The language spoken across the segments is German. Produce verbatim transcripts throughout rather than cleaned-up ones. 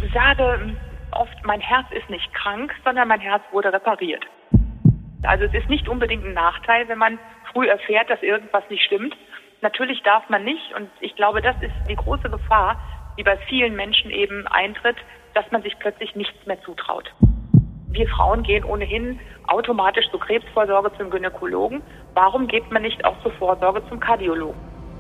sage oft, mein Herz ist nicht krank, sondern mein Herz wurde repariert. Also es ist nicht unbedingt ein Nachteil, wenn man früh erfährt, dass irgendwas nicht stimmt. Natürlich darf man nicht, und ich glaube, das ist die große Gefahr, die bei vielen Menschen eben eintritt, dass man sich plötzlich nichts mehr zutraut. Wir Frauen gehen ohnehin automatisch zur Krebsvorsorge zum Gynäkologen. Warum geht man nicht auch zur Vorsorge zum Kardiologen?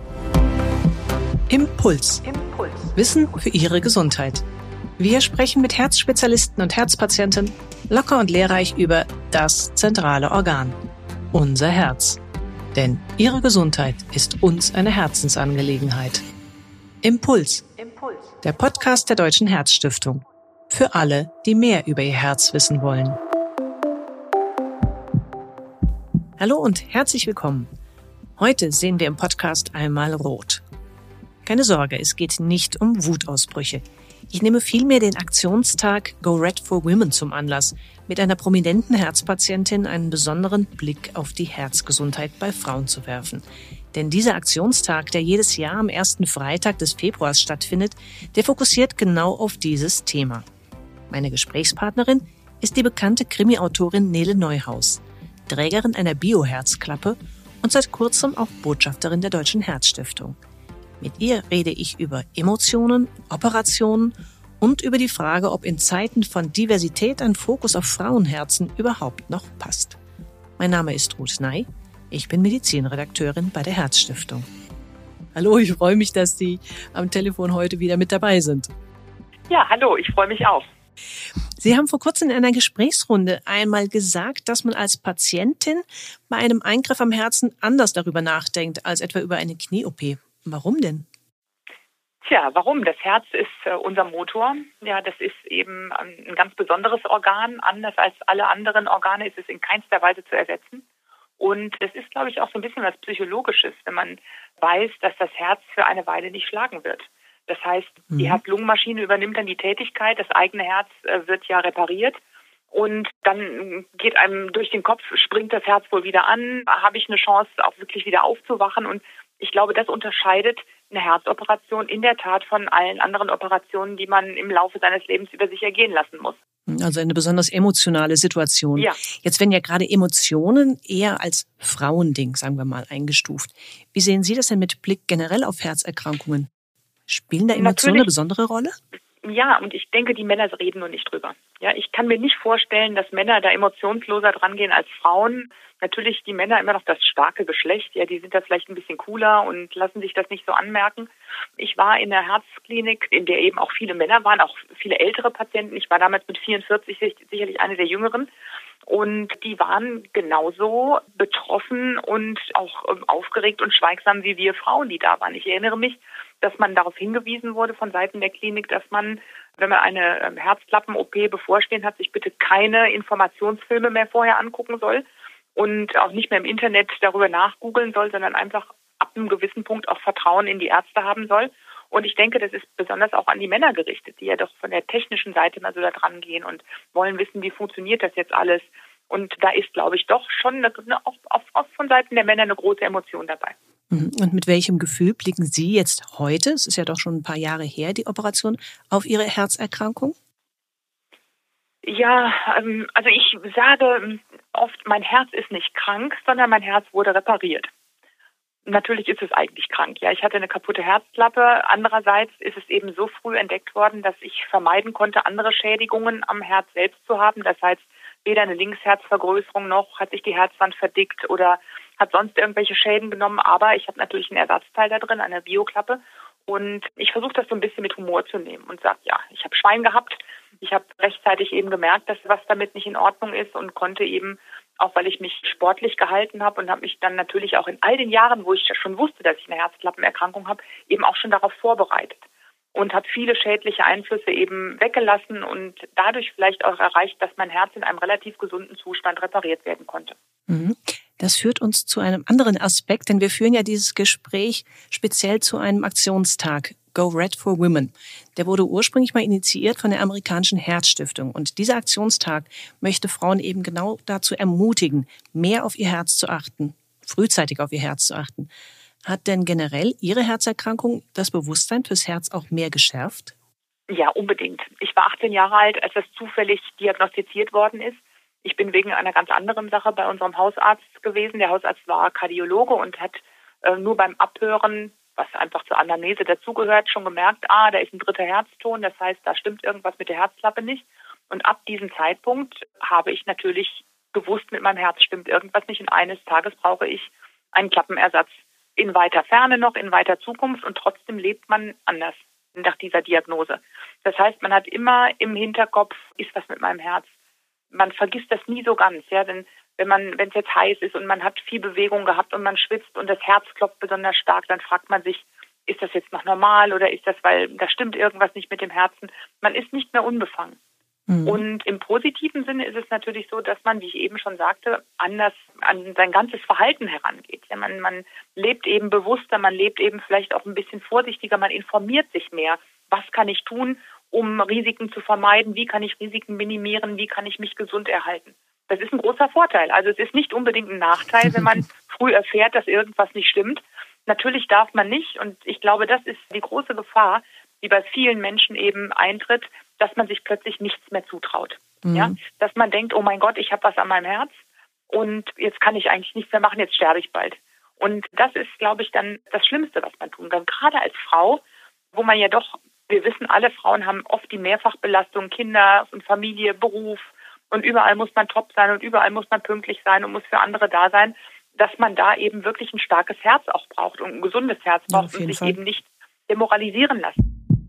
Impuls. Impuls. Wissen für Ihre Gesundheit. Wir sprechen mit Herzspezialisten und Herzpatienten locker und lehrreich über das zentrale Organ, unser Herz. Denn Ihre Gesundheit ist uns eine Herzensangelegenheit. Impuls. Impuls. Der Podcast der Deutschen Herzstiftung. Für alle, die mehr über ihr Herz wissen wollen. Hallo und herzlich willkommen. Heute sehen wir im Podcast einmal rot. Keine Sorge, es geht nicht um Wutausbrüche. Ich nehme vielmehr den Aktionstag Go Red for Women zum Anlass, mit einer prominenten Herzpatientin einen besonderen Blick auf die Herzgesundheit bei Frauen zu werfen. Denn dieser Aktionstag, der jedes Jahr am ersten Freitag des Februars stattfindet, der fokussiert genau auf dieses Thema. Meine Gesprächspartnerin ist die bekannte Krimi-Autorin Nele Neuhaus, Trägerin einer Bio-Herzklappe und seit kurzem auch Botschafterin der Deutschen Herzstiftung. Mit ihr rede ich über Emotionen, Operationen und über die Frage, ob in Zeiten von Diversität ein Fokus auf Frauenherzen überhaupt noch passt. Mein Name ist Ruth Ney, ich bin Medizinredakteurin bei der Herzstiftung. Hallo, ich freue mich, dass Sie am Telefon heute wieder mit dabei sind. Ja, hallo, ich freue mich auch. Sie haben vor kurzem in einer Gesprächsrunde einmal gesagt, dass man als Patientin bei einem Eingriff am Herzen anders darüber nachdenkt als etwa über eine Knie-O P. Warum denn? Tja, warum? Das Herz ist äh, unser Motor. Ja, das ist eben ein ganz besonderes Organ. Anders als alle anderen Organe ist es in keinster Weise zu ersetzen. Und es ist, glaube ich, auch so ein bisschen was Psychologisches, wenn man weiß, dass das Herz für eine Weile nicht schlagen wird. Das heißt, mhm. die Herz-Lungen-Maschine übernimmt dann die Tätigkeit, das eigene Herz äh, wird ja repariert. Und dann geht einem durch den Kopf, springt das Herz wohl wieder an, habe ich eine Chance, auch wirklich wieder aufzuwachen. Und ich glaube, das unterscheidet eine Herzoperation in der Tat von allen anderen Operationen, die man im Laufe seines Lebens über sich ergehen lassen muss. Also eine besonders emotionale Situation. Ja. Jetzt werden ja gerade Emotionen eher als Frauending, sagen wir mal, eingestuft. Wie sehen Sie das denn mit Blick generell auf Herzerkrankungen? Spielen da Emotionen Natürlich. eine besondere Rolle? Ja, und ich denke, die Männer reden nur nicht drüber. Ja, ich kann mir nicht vorstellen, dass Männer da emotionsloser drangehen als Frauen. Natürlich die Männer immer noch das starke Geschlecht. Ja, die sind da vielleicht ein bisschen cooler und lassen sich das nicht so anmerken. Ich war in der Herzklinik, in der eben auch viele Männer waren, auch viele ältere Patienten. Ich war damals mit vierundvierzig sicherlich eine der Jüngeren. Und die waren genauso betroffen und auch ähm, aufgeregt und schweigsam wie wir Frauen, die da waren. Ich erinnere mich, dass man darauf hingewiesen wurde von Seiten der Klinik, dass man, wenn man eine ähm, Herzklappen-O P bevorstehen hat, sich bitte keine Informationsfilme mehr vorher angucken soll und auch nicht mehr im Internet darüber nachgoogeln soll, sondern einfach ab einem gewissen Punkt auch Vertrauen in die Ärzte haben soll. Und ich denke, das ist besonders auch an die Männer gerichtet, die ja doch von der technischen Seite mal so da dran gehen und wollen wissen, wie funktioniert das jetzt alles. Und da ist, glaube ich, doch schon eine, auch, auch, auch von Seiten der Männer eine große Emotion dabei. Und mit welchem Gefühl blicken Sie jetzt heute, es ist ja doch schon ein paar Jahre her, die Operation, auf Ihre Herzerkrankung? Ja, also ich sage oft, mein Herz ist nicht krank, sondern mein Herz wurde repariert. Natürlich ist es eigentlich krank. Ja, ich hatte eine kaputte Herzklappe. Andererseits ist es eben so früh entdeckt worden, dass ich vermeiden konnte, andere Schädigungen am Herz selbst zu haben. Das heißt, weder eine Linksherzvergrößerung noch hat sich die Herzwand verdickt oder hat sonst irgendwelche Schäden genommen. Aber ich habe natürlich einen Ersatzteil da drin, eine Bioklappe. Und ich versuche das so ein bisschen mit Humor zu nehmen und sage, ja, ich habe Schwein gehabt. Ich habe rechtzeitig eben gemerkt, dass was damit nicht in Ordnung ist und konnte eben, auch weil ich mich sportlich gehalten habe und habe mich dann natürlich auch in all den Jahren, wo ich schon wusste, dass ich eine Herzklappenerkrankung habe, eben auch schon darauf vorbereitet. Und habe viele schädliche Einflüsse eben weggelassen und dadurch vielleicht auch erreicht, dass mein Herz in einem relativ gesunden Zustand repariert werden konnte. Das führt uns zu einem anderen Aspekt, denn wir führen ja dieses Gespräch speziell zu einem Aktionstag, Go Red for Women. Der wurde ursprünglich mal initiiert von der amerikanischen Herzstiftung. Und dieser Aktionstag möchte Frauen eben genau dazu ermutigen, mehr auf ihr Herz zu achten, frühzeitig auf ihr Herz zu achten. Hat denn generell Ihre Herzerkrankung das Bewusstsein fürs Herz auch mehr geschärft? Ja, unbedingt. Ich war achtzehn Jahre alt, als das zufällig diagnostiziert worden ist. Ich bin wegen einer ganz anderen Sache bei unserem Hausarzt gewesen. Der Hausarzt war Kardiologe und hat äh, nur beim Abhören, was einfach zur Anamnese dazugehört, schon gemerkt, ah, da ist ein dritter Herzton. Das heißt, da stimmt irgendwas mit der Herzklappe nicht. Und ab diesem Zeitpunkt habe ich natürlich gewusst, mit meinem Herz stimmt irgendwas nicht. Und eines Tages brauche ich einen Klappenersatz in weiter Ferne noch, in weiter Zukunft. Und trotzdem lebt man anders nach dieser Diagnose. Das heißt, man hat immer im Hinterkopf, ist was mit meinem Herz. Man vergisst das nie so ganz, ja, denn wenn man, wenn es jetzt heiß ist und man hat viel Bewegung gehabt und man schwitzt und das Herz klopft besonders stark, dann fragt man sich, ist das jetzt noch normal oder ist das, weil da stimmt irgendwas nicht mit dem Herzen? Man ist nicht mehr unbefangen. Mhm. Und im positiven Sinne ist es natürlich so, dass man, wie ich eben schon sagte, anders an sein ganzes Verhalten herangeht. Ja, man, man lebt eben bewusster, man lebt eben vielleicht auch ein bisschen vorsichtiger, man informiert sich mehr. Was kann ich tun, um Risiken zu vermeiden? Wie kann ich Risiken minimieren? Wie kann ich mich gesund erhalten? Das ist ein großer Vorteil. Also es ist nicht unbedingt ein Nachteil, wenn man früh erfährt, dass irgendwas nicht stimmt. Natürlich darf man nicht. Und ich glaube, das ist die große Gefahr, die bei vielen Menschen eben eintritt, dass man sich plötzlich nichts mehr zutraut. Mhm. Ja? Dass man denkt, oh mein Gott, ich habe was an meinem Herz und jetzt kann ich eigentlich nichts mehr machen, jetzt sterbe ich bald. Und das ist, glaube ich, dann das Schlimmste, was man tun kann. Gerade als Frau, wo man ja doch, wir wissen, alle Frauen haben oft die Mehrfachbelastung, Kinder und Familie, Beruf und überall muss man top sein und überall muss man pünktlich sein und muss für andere da sein, dass man da eben wirklich ein starkes Herz auch braucht und ein gesundes Herz braucht, ja, und sich Fall. eben nicht demoralisieren lassen.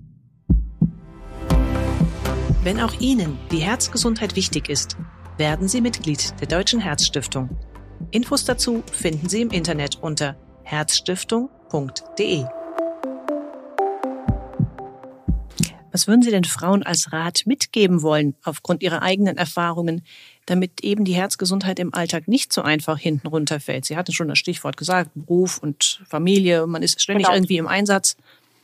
Wenn auch Ihnen die Herzgesundheit wichtig ist, werden Sie Mitglied der Deutschen Herzstiftung. Infos dazu finden Sie im Internet unter herzstiftung punkt de. Was würden Sie denn Frauen als Rat mitgeben wollen, aufgrund ihrer eigenen Erfahrungen, damit eben die Herzgesundheit im Alltag nicht so einfach hinten runterfällt? Sie hatten schon das Stichwort gesagt, Beruf und Familie, man ist ständig genau. irgendwie im Einsatz.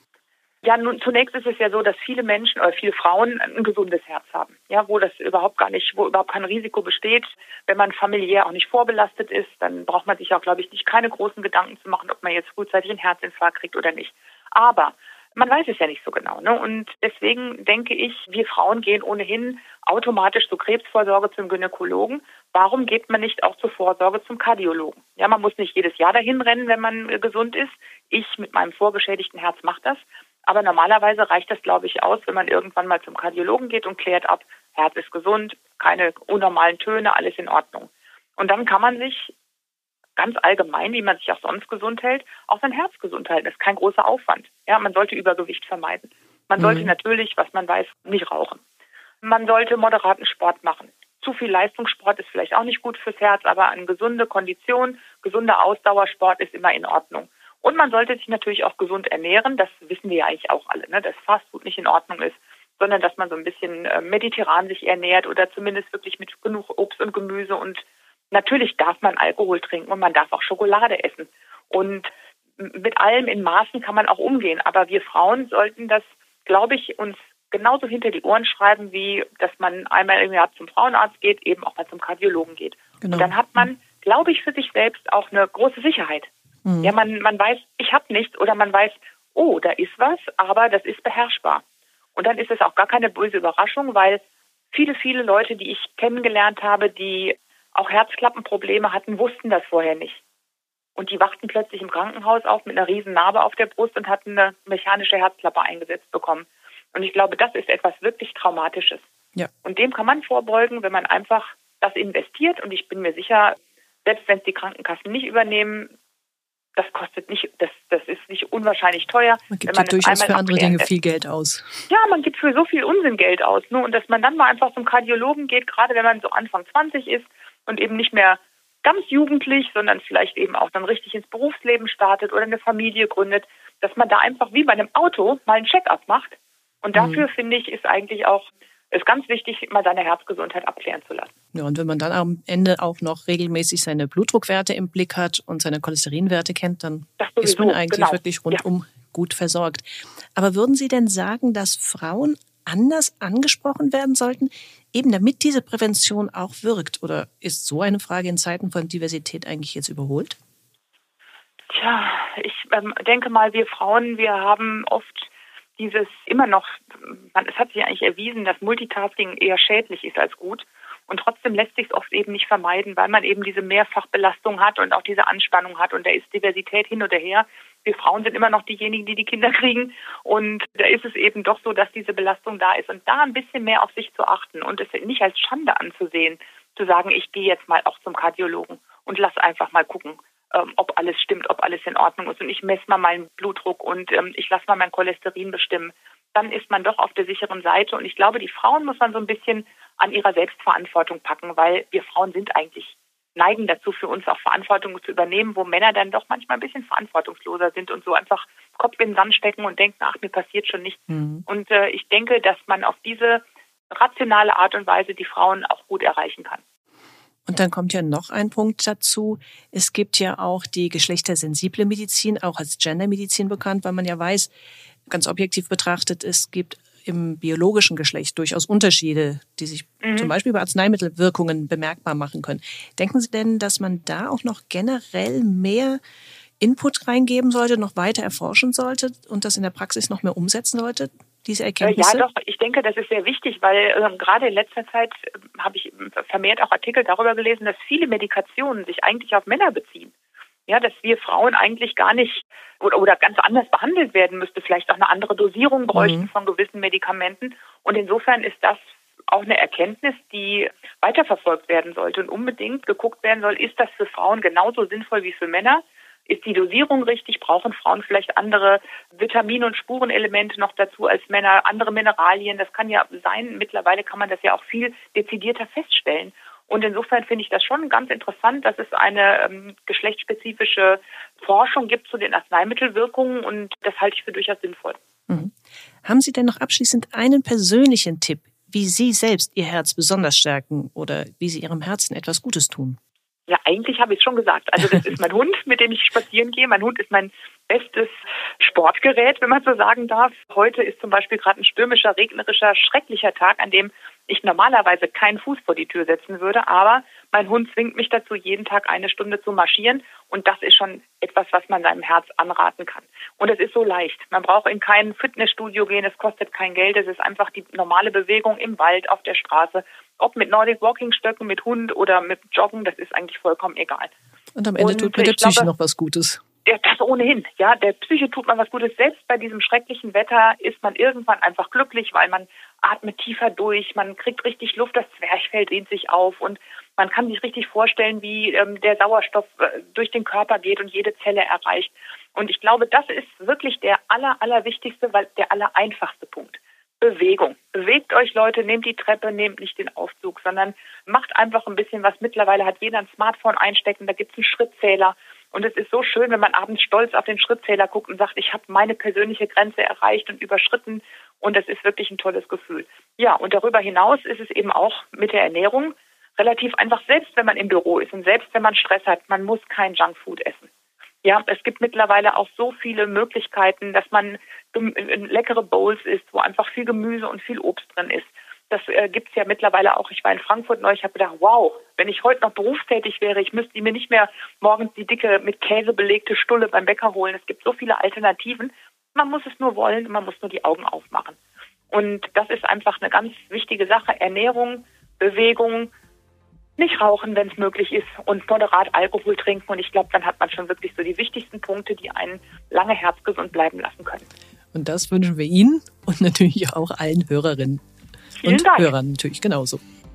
Ja, nun zunächst ist es ja so, dass viele Menschen oder viele Frauen ein gesundes Herz haben, ja, wo das überhaupt gar nicht, wo überhaupt kein Risiko besteht. Wenn man familiär auch nicht vorbelastet ist, dann braucht man sich auch, glaube ich, nicht keine großen Gedanken zu machen, ob man jetzt frühzeitig einen Herzinfarkt kriegt oder nicht. Aber man weiß es ja nicht so genau, ne? Und deswegen denke ich, wir Frauen gehen ohnehin automatisch zur Krebsvorsorge zum Gynäkologen. Warum geht man nicht auch zur Vorsorge zum Kardiologen? Ja, man muss nicht jedes Jahr dahin rennen, wenn man gesund ist. Ich mit meinem vorgeschädigten Herz mache das. Aber normalerweise reicht das, glaube ich, aus, wenn man irgendwann mal zum Kardiologen geht und klärt ab, Herz ist gesund, keine unnormalen Töne, alles in Ordnung. Und dann kann man sich ganz allgemein, wie man sich auch sonst gesund hält, auch sein Herz gesund halten. Das ist kein großer Aufwand. Ja, man sollte Übergewicht vermeiden. Man mhm. sollte natürlich, was man weiß, nicht rauchen. Man sollte moderaten Sport machen. Zu viel Leistungssport ist vielleicht auch nicht gut fürs Herz, aber eine gesunde Kondition, gesunder Ausdauersport ist immer in Ordnung. Und man sollte sich natürlich auch gesund ernähren. Das wissen wir ja eigentlich auch alle, ne? Dass Fastfood nicht in Ordnung ist, sondern dass man so ein bisschen äh, mediterran sich ernährt oder zumindest wirklich mit genug Obst und Gemüse. Und natürlich darf man Alkohol trinken und man darf auch Schokolade essen. Und mit allem in Maßen kann man auch umgehen. Aber wir Frauen sollten das, glaube ich, uns genauso hinter die Ohren schreiben, wie dass man einmal im Jahr zum Frauenarzt geht, eben auch mal zum Kardiologen geht. Genau. Und dann hat man, glaube ich, für sich selbst auch eine große Sicherheit. Mhm. Ja, man, man weiß, ich habe nichts oder man weiß, oh, da ist was, aber das ist beherrschbar. Und dann ist es auch gar keine böse Überraschung, weil viele, viele Leute, die ich kennengelernt habe, die auch Herzklappenprobleme hatten, wussten das vorher nicht. Und die wachten plötzlich im Krankenhaus auf mit einer riesen Narbe auf der Brust und hatten eine mechanische Herzklappe eingesetzt bekommen. Und ich glaube, das ist etwas wirklich Traumatisches. Ja. Und dem kann man vorbeugen, wenn man einfach das investiert. Und ich bin mir sicher, selbst wenn es die Krankenkassen nicht übernehmen, das kostet nicht, das, das ist nicht unwahrscheinlich teuer. Man gibt ja durchaus für andere Dinge viel Geld aus. Ja, man gibt für so viel Unsinn Geld aus. Ne? Und dass man dann mal einfach zum Kardiologen geht, gerade wenn man so Anfang zwanzig ist und eben nicht mehr ganz jugendlich, sondern vielleicht eben auch dann richtig ins Berufsleben startet oder eine Familie gründet, dass man da einfach wie bei einem Auto mal einen Check-up macht. Und dafür, mhm. finde ich, ist eigentlich auch ist ganz wichtig, mal seine Herzgesundheit abklären zu lassen. Ja, und wenn man dann am Ende auch noch regelmäßig seine Blutdruckwerte im Blick hat und seine Cholesterinwerte kennt, dann sowieso, ist man eigentlich genau. wirklich rundum ja. gut versorgt. Aber würden Sie denn sagen, dass Frauen anders angesprochen werden sollten, eben damit diese Prävention auch wirkt? Oder ist so eine Frage in Zeiten von Diversität eigentlich jetzt überholt? Tja, ich ähm, denke mal, wir Frauen, wir haben oft dieses immer noch, man, es hat sich eigentlich erwiesen, dass Multitasking eher schädlich ist als gut. Und trotzdem lässt sich es oft eben nicht vermeiden, weil man eben diese Mehrfachbelastung hat und auch diese Anspannung hat. Und da ist Diversität hin oder her. Wir Frauen sind immer noch diejenigen, die die Kinder kriegen. Und da ist es eben doch so, dass diese Belastung da ist. Und da ein bisschen mehr auf sich zu achten und es nicht als Schande anzusehen, zu sagen, ich gehe jetzt mal auch zum Kardiologen und lass einfach mal gucken, ähm, ob alles stimmt, ob alles in Ordnung ist. Und ich messe mal meinen Blutdruck und ähm, ich lasse mal mein Cholesterin bestimmen. Dann ist man doch auf der sicheren Seite. Und ich glaube, die Frauen muss man so ein bisschen an ihrer Selbstverantwortung packen, weil wir Frauen sind eigentlich, neigen dazu, für uns auch Verantwortung zu übernehmen, wo Männer dann doch manchmal ein bisschen verantwortungsloser sind und so einfach Kopf in den Sand stecken und denken, ach, mir passiert schon nichts. Mhm. Und äh, ich denke, dass man auf diese rationale Art und Weise die Frauen auch gut erreichen kann. Und dann kommt ja noch ein Punkt dazu. Es gibt ja auch die geschlechtersensible Medizin, auch als Gendermedizin bekannt, weil man ja weiß, ganz objektiv betrachtet, es gibt im biologischen Geschlecht durchaus Unterschiede, die sich mhm. zum Beispiel bei Arzneimittelwirkungen bemerkbar machen können. Denken Sie denn, dass man da auch noch generell mehr Input reingeben sollte, noch weiter erforschen sollte und das in der Praxis noch mehr umsetzen sollte, diese Erkenntnisse? Ja, doch. Ich denke, das ist sehr wichtig, weil äh, gerade in letzter Zeit äh, habe ich vermehrt auch Artikel darüber gelesen, dass viele Medikationen sich eigentlich auf Männer beziehen. Ja, dass wir Frauen eigentlich gar nicht oder, oder ganz anders behandelt werden müsste, vielleicht auch eine andere Dosierung bräuchten mhm. von gewissen Medikamenten. Und insofern ist das auch eine Erkenntnis, die weiterverfolgt werden sollte und unbedingt geguckt werden soll, ist das für Frauen genauso sinnvoll wie für Männer? Ist die Dosierung richtig? Brauchen Frauen vielleicht andere Vitamine und Spurenelemente noch dazu als Männer, andere Mineralien? Das kann ja sein. Mittlerweile kann man das ja auch viel dezidierter feststellen. Und insofern finde ich das schon ganz interessant, dass es eine ähm, geschlechtsspezifische Forschung gibt zu den Arzneimittelwirkungen und das halte ich für durchaus sinnvoll. Mhm. Haben Sie denn noch abschließend einen persönlichen Tipp, wie Sie selbst Ihr Herz besonders stärken oder wie Sie Ihrem Herzen etwas Gutes tun? Ja, eigentlich habe ich es schon gesagt. Also das ist mein Hund, mit dem ich spazieren gehe. Mein Hund ist mein bestes Sportgerät, wenn man so sagen darf. Heute ist zum Beispiel gerade ein stürmischer, regnerischer, schrecklicher Tag, an dem ich normalerweise keinen Fuß vor die Tür setzen würde. Aber mein Hund zwingt mich dazu, jeden Tag eine Stunde zu marschieren. Und das ist schon etwas, was man seinem Herz anraten kann. Und es ist so leicht. Man braucht in kein Fitnessstudio gehen. Es kostet kein Geld. Es ist einfach die normale Bewegung im Wald, auf der Straße. Ob mit Nordic Walking Stöcken, mit Hund oder mit Joggen, das ist eigentlich vollkommen egal. Und am Ende und tut mir der Psyche glaube, noch was Gutes. Ja, das ohnehin. Ja, der Psyche tut man was Gutes. Selbst bei diesem schrecklichen Wetter ist man irgendwann einfach glücklich, weil man atmet tiefer durch, man kriegt richtig Luft, das Zwerchfell dehnt sich auf und man kann sich richtig vorstellen, wie ähm, der Sauerstoff äh, durch den Körper geht und jede Zelle erreicht. Und ich glaube, das ist wirklich der aller, allerwichtigste, weil der aller einfachste Punkt. Bewegung. Bewegt euch, Leute, nehmt die Treppe, nehmt nicht den Aufzug, sondern macht einfach ein bisschen was. Mittlerweile hat jeder ein Smartphone einstecken, da gibt es einen Schrittzähler. Und es ist so schön, wenn man abends stolz auf den Schrittzähler guckt und sagt, ich habe meine persönliche Grenze erreicht und überschritten. Und das ist wirklich ein tolles Gefühl. Ja, und darüber hinaus ist es eben auch mit der Ernährung relativ einfach, selbst wenn man im Büro ist und selbst wenn man Stress hat, man muss kein Junkfood essen. Ja, es gibt mittlerweile auch so viele Möglichkeiten, dass man leckere Bowls isst, wo einfach viel Gemüse und viel Obst drin ist. Das äh, gibt's ja mittlerweile auch. Ich war in Frankfurt neulich, ich habe gedacht, wow, wenn ich heute noch berufstätig wäre, ich müsste mir nicht mehr morgens die dicke, mit Käse belegte Stulle beim Bäcker holen. Es gibt so viele Alternativen. Man muss es nur wollen, man muss nur die Augen aufmachen. Und das ist einfach eine ganz wichtige Sache. Ernährung, Bewegung, nicht rauchen, wenn es möglich ist und moderat Alkohol trinken. Und ich glaube, dann hat man schon wirklich so die wichtigsten Punkte, die einen lange herzgesund bleiben lassen können. Und das wünschen wir Ihnen und natürlich auch allen Hörerinnen. Vielen und Dank. Hörern natürlich genauso.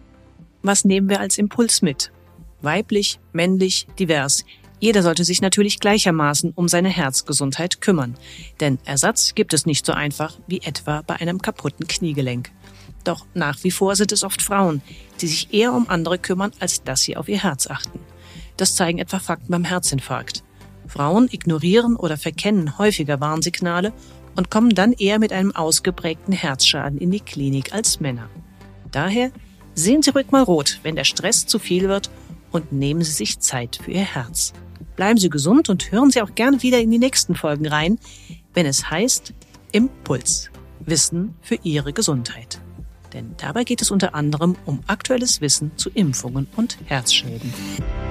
Was nehmen wir als Impuls mit? Weiblich, männlich, divers. Jeder sollte sich natürlich gleichermaßen um seine Herzgesundheit kümmern. Denn Ersatz gibt es nicht so einfach wie etwa bei einem kaputten Kniegelenk. Doch nach wie vor sind es oft Frauen, die sich eher um andere kümmern, als dass sie auf ihr Herz achten. Das zeigen etwa Fakten beim Herzinfarkt. Frauen ignorieren oder verkennen häufiger Warnsignale und kommen dann eher mit einem ausgeprägten Herzschaden in die Klinik als Männer. Daher sehen Sie ruhig mal rot, wenn der Stress zu viel wird, und nehmen Sie sich Zeit für Ihr Herz. Bleiben Sie gesund und hören Sie auch gerne wieder in die nächsten Folgen rein, wenn es heißt Impuls. Wissen für Ihre Gesundheit. Denn dabei geht es unter anderem um aktuelles Wissen zu Impfungen und Herzschäden.